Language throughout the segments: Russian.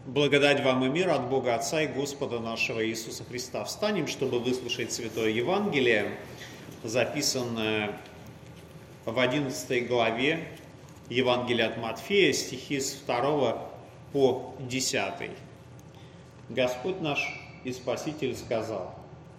Благодать вам и мир от Бога Отца и Господа нашего Иисуса Христа. Встанем, чтобы выслушать Святое Евангелие, записанное в 11 главе Евангелия от Матфея, стихи с 2 по 10. Господь наш и Спаситель сказал: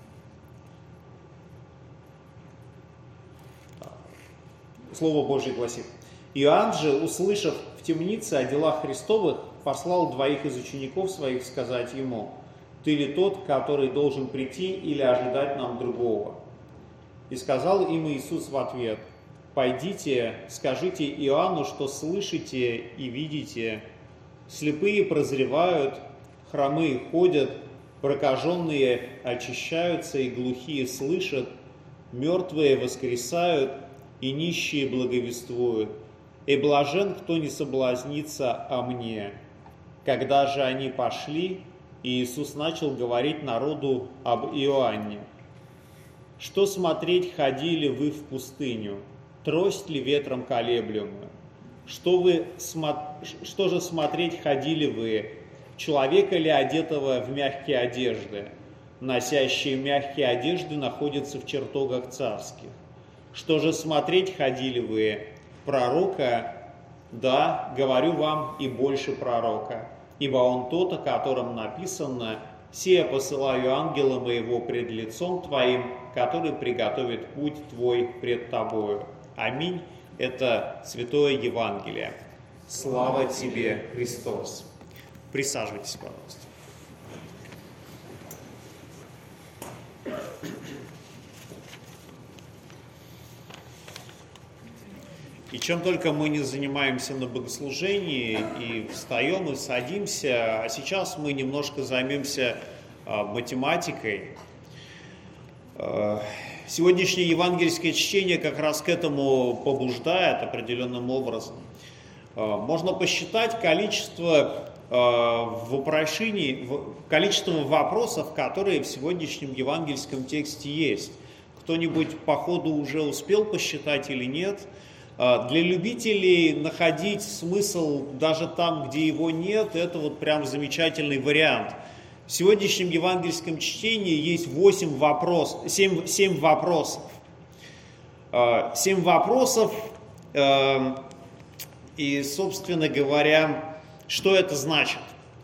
Слово Божье гласит: Иоанн же, услышав в темнице о делах Христовых, послал двоих из учеников своих сказать ему: «Ты ли тот, который должен прийти, или ожидать нам другого?» И сказал им Иисус в ответ: «Пойдите, скажите Иоанну, что слышите и видите. Слепые прозревают, хромые ходят, прокаженные очищаются и глухие слышат, мертвые воскресают и нищие благовествуют. И блажен, кто не соблазнится о мне». Когда же они пошли, Иисус начал говорить народу об Иоанне: «Что смотреть ходили вы в пустыню? Трость ли ветром колеблемую? Что же смотреть ходили вы? Человека ли, одетого в мягкие одежды? Носящие мягкие одежды находятся в чертогах царских. Что же смотреть ходили вы? Пророка? Да, говорю вам, и больше пророка. Ибо он тот, о котором написано: «Сея посылаю ангела моего пред лицом твоим, который приготовит путь твой пред тобою». Аминь. Это Святое Евангелие. Слава тебе, Христос. Присаживайтесь, пожалуйста. И чем только мы не занимаемся на богослужении, и встаем, и садимся, а сейчас мы немножко займемся математикой. Сегодняшнее евангельское чтение как раз к этому побуждает определенным образом. Можно посчитать количество вопросов, которые в сегодняшнем евангельском тексте есть. Кто-нибудь по ходу уже успел посчитать или нет? Для любителей находить смысл даже там, где его нет, это вот прям замечательный вариант. В сегодняшнем евангельском чтении есть 7 вопросов. 7 вопросов, и, собственно говоря, что это значит?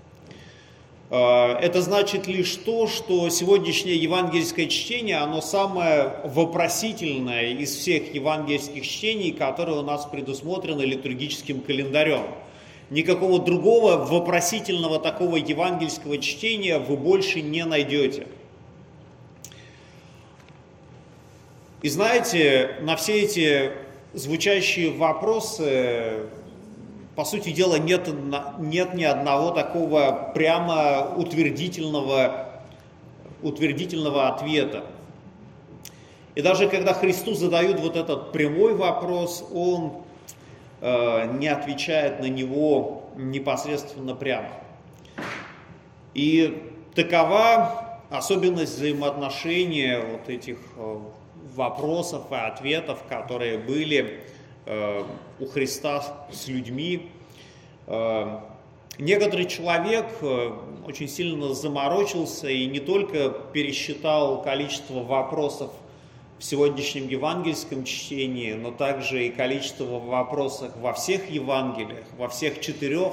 Это значит лишь то, что сегодняшнее евангельское чтение, оно самое вопросительное из всех евангельских чтений, которые у нас предусмотрены литургическим календарем. Никакого другого вопросительного такого евангельского чтения вы больше не найдете. И знаете, на все эти звучащие вопросы, по сути дела, нет ни одного такого прямо утвердительного ответа. И даже когда Христу задают вот этот прямой вопрос, Он не отвечает на него непосредственно прямо. И такова особенность взаимоотношения вот этих вопросов и ответов, которые были у Христа с людьми. Некоторый человек очень сильно заморочился и не только пересчитал количество вопросов в сегодняшнем евангельском чтении, но также и количество вопросов во всех Евангелиях, во всех 4.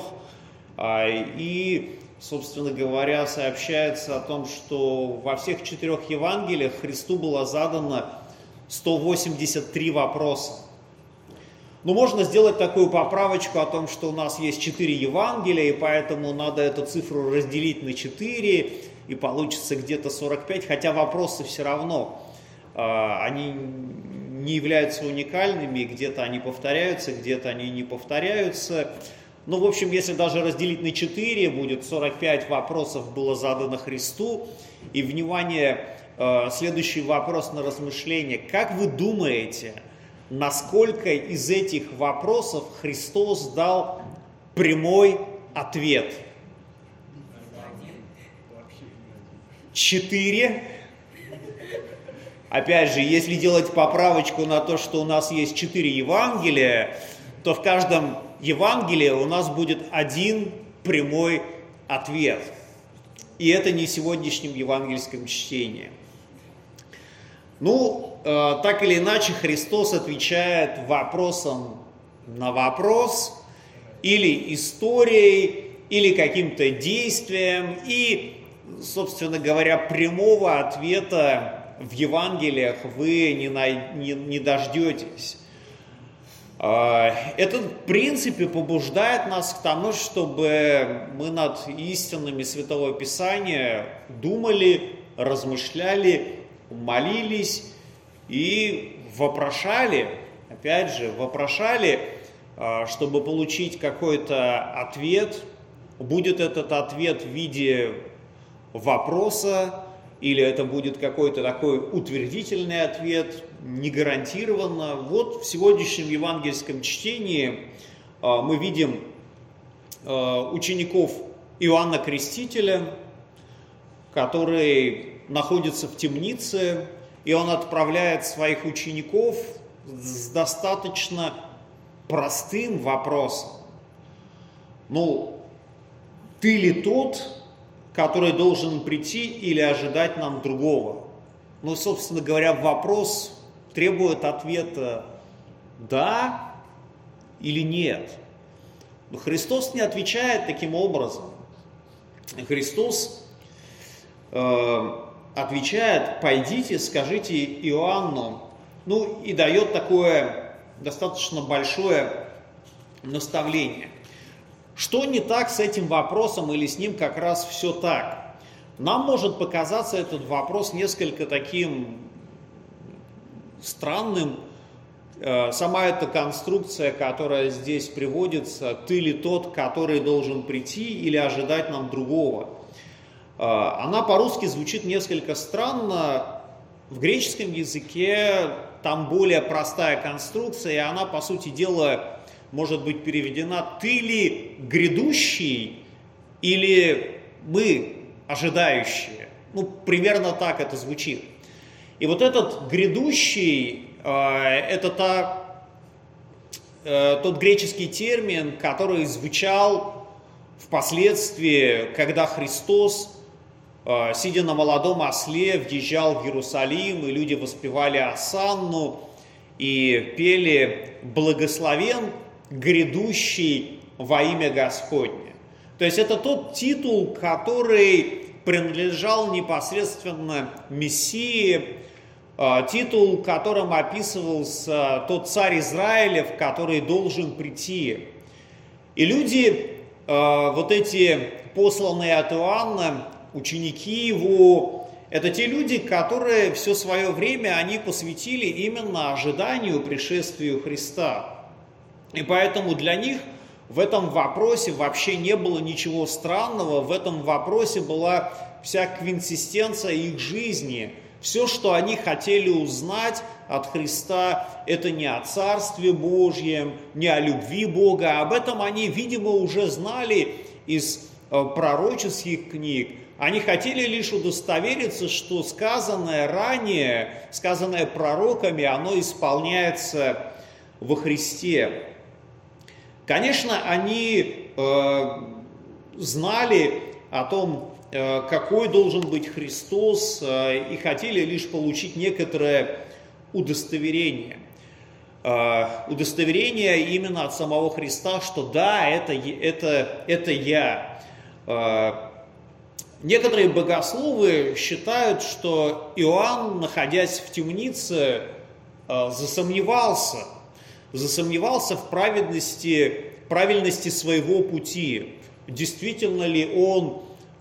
И, собственно говоря, сообщается о том, что во всех 4 Евангелиях Христу было задано 183 вопроса. Но можно сделать такую поправочку о том, что у нас есть 4 Евангелия, и поэтому надо эту цифру разделить на 4, и получится где-то 45, хотя вопросы все равно, они не являются уникальными, где-то они повторяются, где-то они не повторяются. Ну, в общем, если даже разделить на 4, будет 45 вопросов было задано Христу. И, внимание, следующий вопрос на размышление. Как вы думаете, насколько из этих вопросов Христос дал прямой ответ? 4. Опять же, если делать поправочку на то, что у нас есть 4 Евангелия, то в каждом Евангелии у нас будет один прямой ответ. И это не сегодняшнем евангельском чтении. Так или иначе, Христос отвечает вопросом на вопрос, или историей, или каким-то действием, и, собственно говоря, прямого ответа в Евангелиях вы не дождетесь. Это, в принципе, побуждает нас к тому, чтобы мы над истинами Святого Писания думали, размышляли, молились и вопрошали, опять же, чтобы получить какой-то ответ. Будет этот ответ в виде вопроса, или это будет какой-то такой утвердительный ответ, не гарантированно. Вот в сегодняшнем евангельском чтении мы видим учеников Иоанна Крестителя, который находится в темнице, и он отправляет своих учеников с достаточно простым вопросом. Ты ли тот, который должен прийти, или ожидать нам другого? Собственно говоря, вопрос требует ответа «да» или «нет». Но Христос не отвечает таким образом. Христос отвечает: «Пойдите, скажите Иоанну», и дает такое достаточно большое наставление. Что не так с этим вопросом, или с ним как раз все так? Нам может показаться этот вопрос несколько таким странным. Сама эта конструкция, которая здесь приводится, «ты ли тот, который должен прийти, или ожидать нам другого», она по-русски звучит несколько странно. В греческом языке там более простая конструкция, и она, по сути дела, может быть переведена: «ты ли грядущий, или мы ожидающие». Примерно так это звучит. И вот этот грядущий – это тот греческий термин, который звучал впоследствии, когда Христос, сидя на молодом осле, въезжал в Иерусалим, и люди воспевали осанну и пели «Благословен грядущий во имя Господне». То есть это тот титул, который принадлежал непосредственно Мессии, титул, которым описывался тот царь Израилев, который должен прийти. И люди, вот эти посланные от Иоанна, ученики его, это те люди, которые все свое время они посвятили именно ожиданию пришествия Христа. И поэтому для них в этом вопросе вообще не было ничего странного, в этом вопросе была вся квинтэссенция их жизни. Все, что они хотели узнать от Христа, это не о Царстве Божьем, не о любви Бога. Об этом они, видимо, уже знали из пророческих книг. Они хотели лишь удостовериться, что сказанное ранее, сказанное пророками, оно исполняется во Христе. Конечно, они знали о том, какой должен быть Христос, и хотели лишь получить некоторое удостоверение. Удостоверение именно от самого Христа, что да, это я. Некоторые богословы считают, что Иоанн, находясь в темнице, засомневался в правильности своего пути. Действительно ли он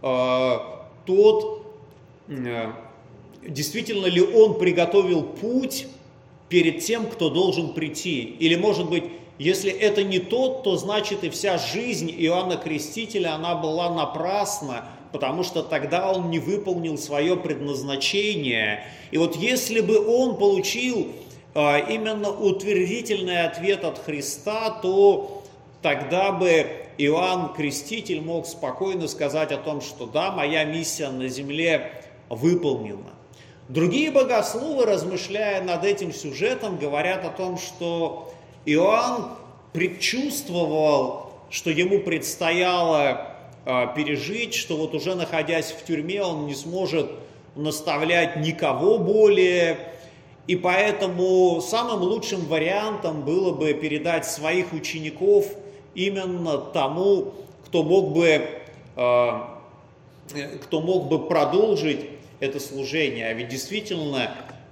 приготовил путь перед тем, кто должен прийти? Или, может быть, если это не тот, то значит и вся жизнь Иоанна Крестителя, она была напрасна, потому что тогда он не выполнил свое предназначение. И вот если бы он получил именно утвердительный ответ от Христа, то тогда бы Иоанн Креститель мог спокойно сказать о том, что да, моя миссия на земле выполнена. Другие богословы, размышляя над этим сюжетом, говорят о том, что Иоанн предчувствовал, что ему предстояло пережить, что вот уже находясь в тюрьме, он не сможет наставлять никого более. И поэтому самым лучшим вариантом было бы передать своих учеников именно тому, кто мог бы продолжить это служение. А ведь действительно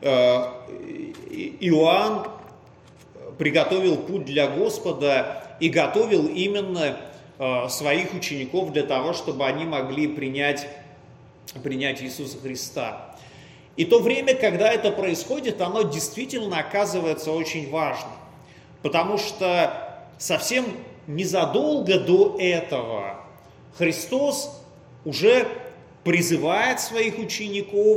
Иоанн приготовил путь для Господа и готовил именно своих учеников для того, чтобы они могли принять Иисуса Христа. И то время, когда это происходит, оно действительно оказывается очень важным, потому что совсем незадолго до этого Христос уже призывает своих учеников,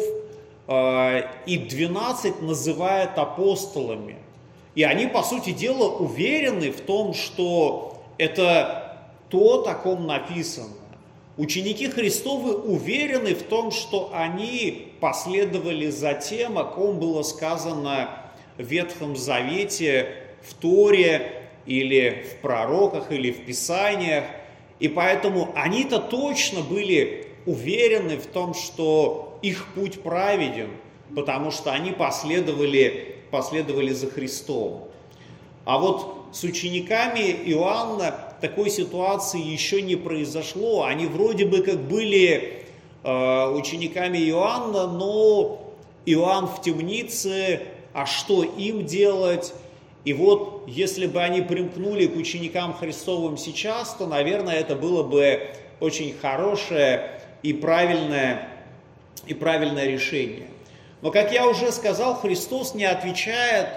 и 12 называет апостолами. И они, по сути дела, уверены в том, что это то, о ком написано. Ученики Христовы уверены в том, что они последовали за тем, о ком было сказано в Ветхом Завете, в Торе, или в пророках, или в Писаниях. И поэтому они-то точно были уверены в том, что их путь праведен, потому что они последовали за Христом. А вот с учениками Иоанна такой ситуации еще не произошло. Они вроде бы как были учениками Иоанна, но Иоанн в темнице, а что им делать? И вот если бы они примкнули к ученикам Христовым сейчас, то, наверное, это было бы очень хорошее и правильное решение. Но, как я уже сказал, Христос не отвечает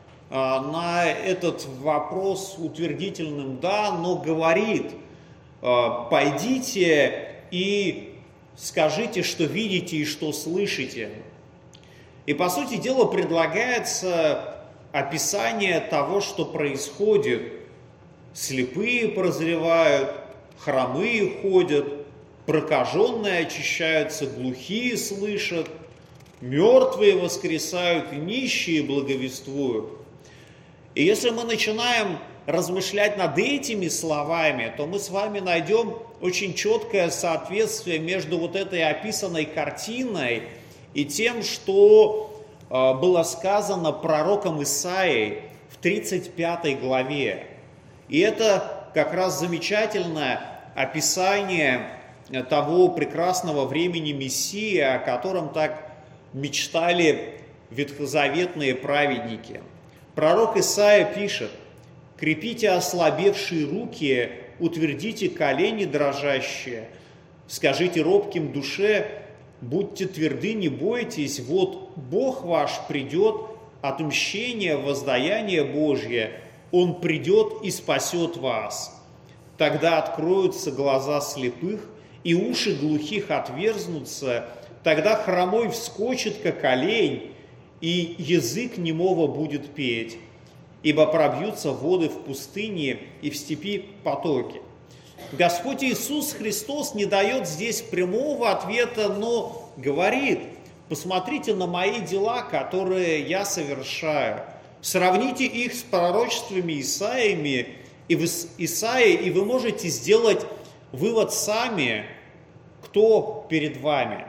на этот вопрос утвердительным «да», но говорит: «Пойдите и скажите, что видите и что слышите». И, по сути дела, предлагается описание того, что происходит. Слепые прозревают, хромые ходят, прокаженные очищаются, глухие слышат, мертвые воскресают, и нищие благовествуют. И если мы начинаем размышлять над этими словами, то мы с вами найдем очень четкое соответствие между вот этой описанной картиной и тем, что было сказано пророком Исаией в 35 главе. И это как раз замечательное описание того прекрасного времени Мессии, о котором так мечтали ветхозаветные праведники. Пророк Исаия пишет: «Крепите ослабевшие руки, утвердите колени дрожащие, скажите робким душе, будьте тверды, не бойтесь, вот Бог ваш придет, отмщение, воздаяние Божье, Он придет и спасет вас. Тогда откроются глаза слепых, и уши глухих отверзнутся, тогда хромой вскочит, как олень, и язык немого будет петь, ибо пробьются воды в пустыне и в степи потоки». Господь Иисус Христос не дает здесь прямого ответа, но говорит: посмотрите на мои дела, которые я совершаю. Сравните их с пророчествами Исаии, и вы можете сделать вывод сами, кто перед вами.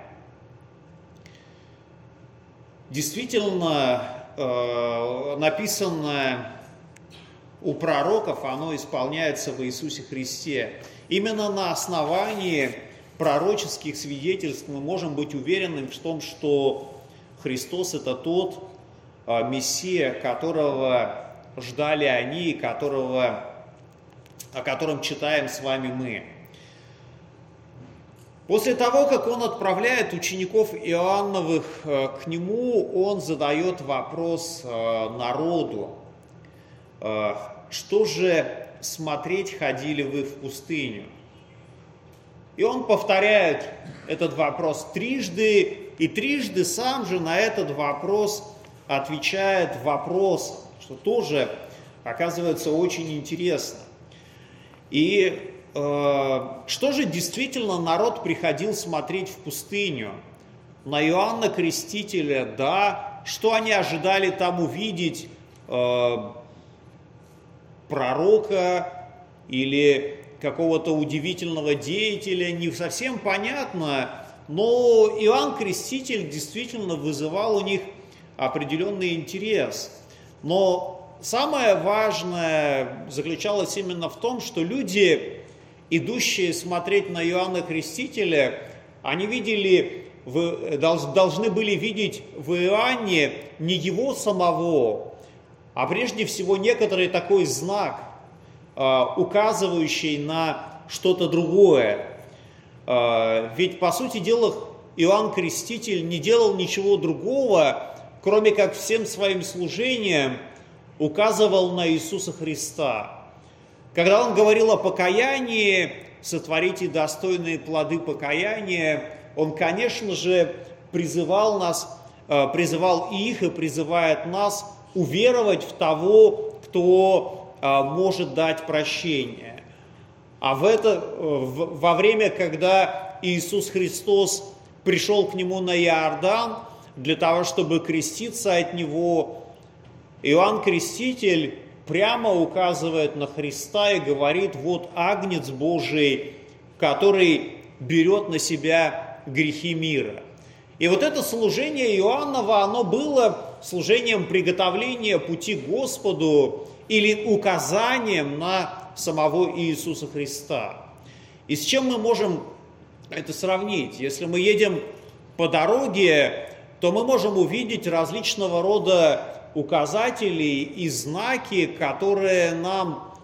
Действительно, написанное у пророков, оно исполняется в Иисусе Христе. Именно на основании пророческих свидетельств мы можем быть уверены в том, что Христос – это тот Мессия, которого ждали они, о котором читаем с вами мы. После того, как он отправляет учеников Иоанновых к нему, он задает вопрос народу: что же смотреть ходили вы в пустыню? И он повторяет этот вопрос трижды, и трижды сам же на этот вопрос отвечает вопросом, что тоже оказывается очень интересно. И что же действительно народ приходил смотреть в пустыню? На Иоанна Крестителя, да. Что они ожидали там увидеть? Пророка или какого-то удивительного деятеля, не совсем понятно, но Иоанн Креститель действительно вызывал у них определенный интерес. Но самое важное заключалось именно в том, что люди, идущие смотреть на Иоанна Крестителя, они должны были видеть в Иоанне не его самого, а прежде всего некоторый такой знак, указывающий на что-то другое. Ведь, по сути дела, Иоанн Креститель не делал ничего другого, кроме как всем своим служением указывал на Иисуса Христа. Когда он говорил о покаянии, сотворите достойные плоды покаяния, он, конечно же, призывал их и призывает нас уверовать в того, кто может дать прощение. А во время, когда Иисус Христос пришел к нему на Иордан для того, чтобы креститься от него, Иоанн Креститель прямо указывает на Христа и говорит: вот Агнец Божий, который берет на себя грехи мира. И вот это служение Иоаннова, оно было служением приготовления пути к Господу или указанием на самого Иисуса Христа. И с чем мы можем это сравнить? Если мы едем по дороге, то мы можем увидеть различного рода указатели и знаки, которые нам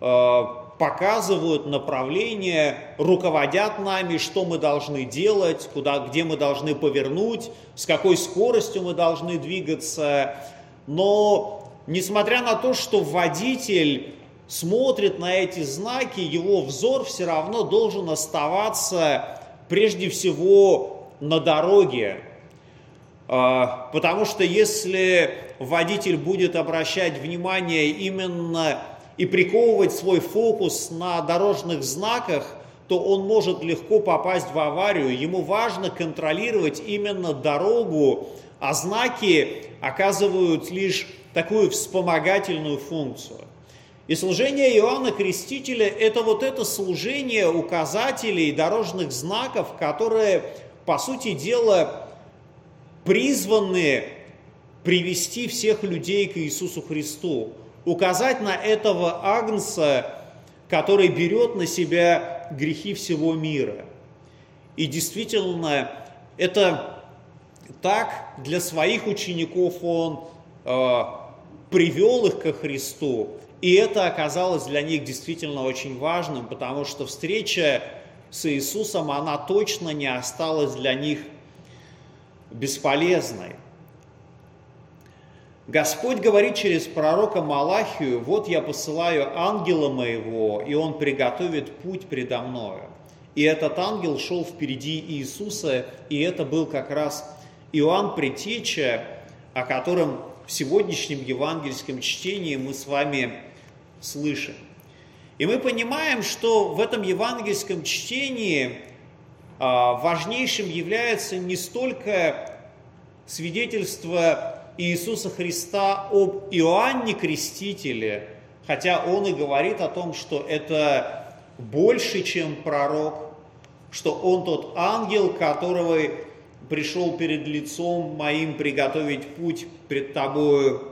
показывают направление, руководят нами, что мы должны делать, где мы должны повернуть, с какой скоростью мы должны двигаться. Но несмотря на то, что водитель смотрит на эти знаки, его взор все равно должен оставаться прежде всего на дороге. Потому что если водитель будет обращать внимание именно и приковывать свой фокус на дорожных знаках, то он может легко попасть в аварию. Ему важно контролировать именно дорогу, а знаки оказывают лишь такую вспомогательную функцию. И служение Иоанна Крестителя – это вот это служение указателей дорожных знаков, которые, по сути дела, призваны привести всех людей к Иисусу Христу, указать на этого Агнца, который берет на себя грехи всего мира. И действительно, это так для своих учеников он привел их ко Христу, и это оказалось для них действительно очень важным, потому что встреча с Иисусом, она точно не осталась для них бесполезной. Господь говорит через пророка Малахию: «Вот я посылаю ангела моего, и он приготовит путь предо мною». И этот ангел шел впереди Иисуса, и это был как раз Иоанн Предтеча, о котором в сегодняшнем евангельском чтении мы с вами слышим. И мы понимаем, что в этом евангельском чтении важнейшим является не столько свидетельство Иисуса Христа об Иоанне Крестителе, хотя он и говорит о том, что это больше, чем пророк, что он тот ангел, которого пришел перед лицом моим приготовить путь пред тобою.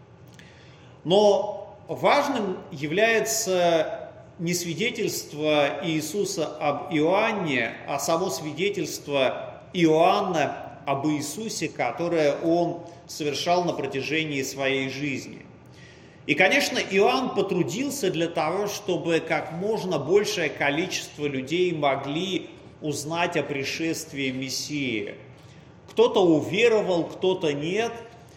Но важным является не свидетельство Иисуса об Иоанне, а само свидетельство Иоанна об Иисусе, которое он совершал на протяжении своей жизни. И, конечно, Иоанн потрудился для того, чтобы как можно большее количество людей могли узнать о пришествии Мессии. Кто-то уверовал, кто-то нет.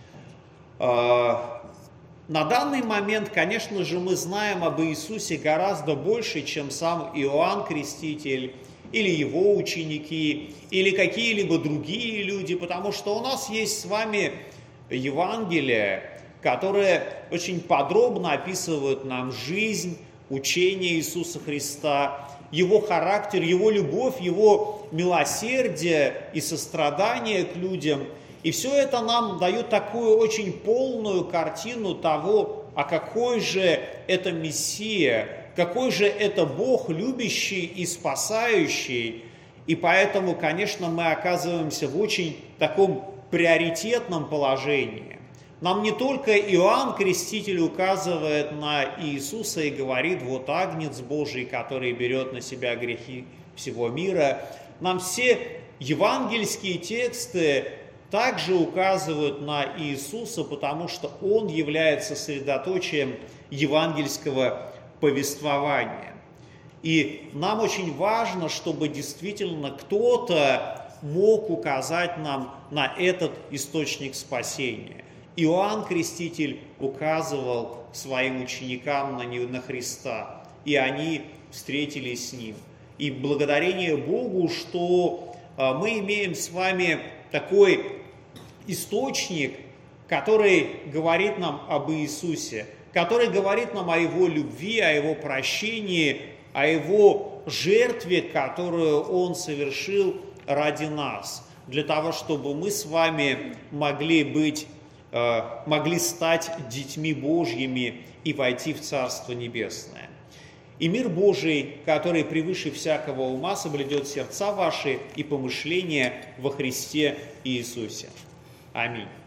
На данный момент, конечно же, мы знаем об Иисусе гораздо больше, чем сам Иоанн Креститель, или его ученики, или какие-либо другие люди, потому что у нас есть с вами Евангелие, которые очень подробно описывают нам жизнь, учение Иисуса Христа, его характер, его любовь, его милосердие и сострадание к людям. И все это нам дает такую очень полную картину того, а какой же это Мессия, какой же это Бог любящий и спасающий. И поэтому, конечно, мы оказываемся в очень таком приоритетном положении. Нам не только Иоанн Креститель указывает на Иисуса и говорит: вот Агнец Божий, который берет на себя грехи всего мира. Нам все евангельские тексты также указывают на Иисуса, потому что Он является средоточием евангельского повествования. И нам очень важно, чтобы действительно кто-то мог указать нам на этот источник спасения. Иоанн Креститель указывал своим ученикам на Христа, и они встретились с Ним. И благодарение Богу, что мы имеем с вами такой источник, который говорит нам об Иисусе, который говорит нам о Его любви, о Его прощении, о Его жертве, которую Он совершил ради нас, для того, чтобы мы с вами могли стать детьми Божьими и войти в Царство Небесное. И мир Божий, который превыше всякого ума, соблюдет сердца ваши и помышления во Христе Иисусе. Аминь.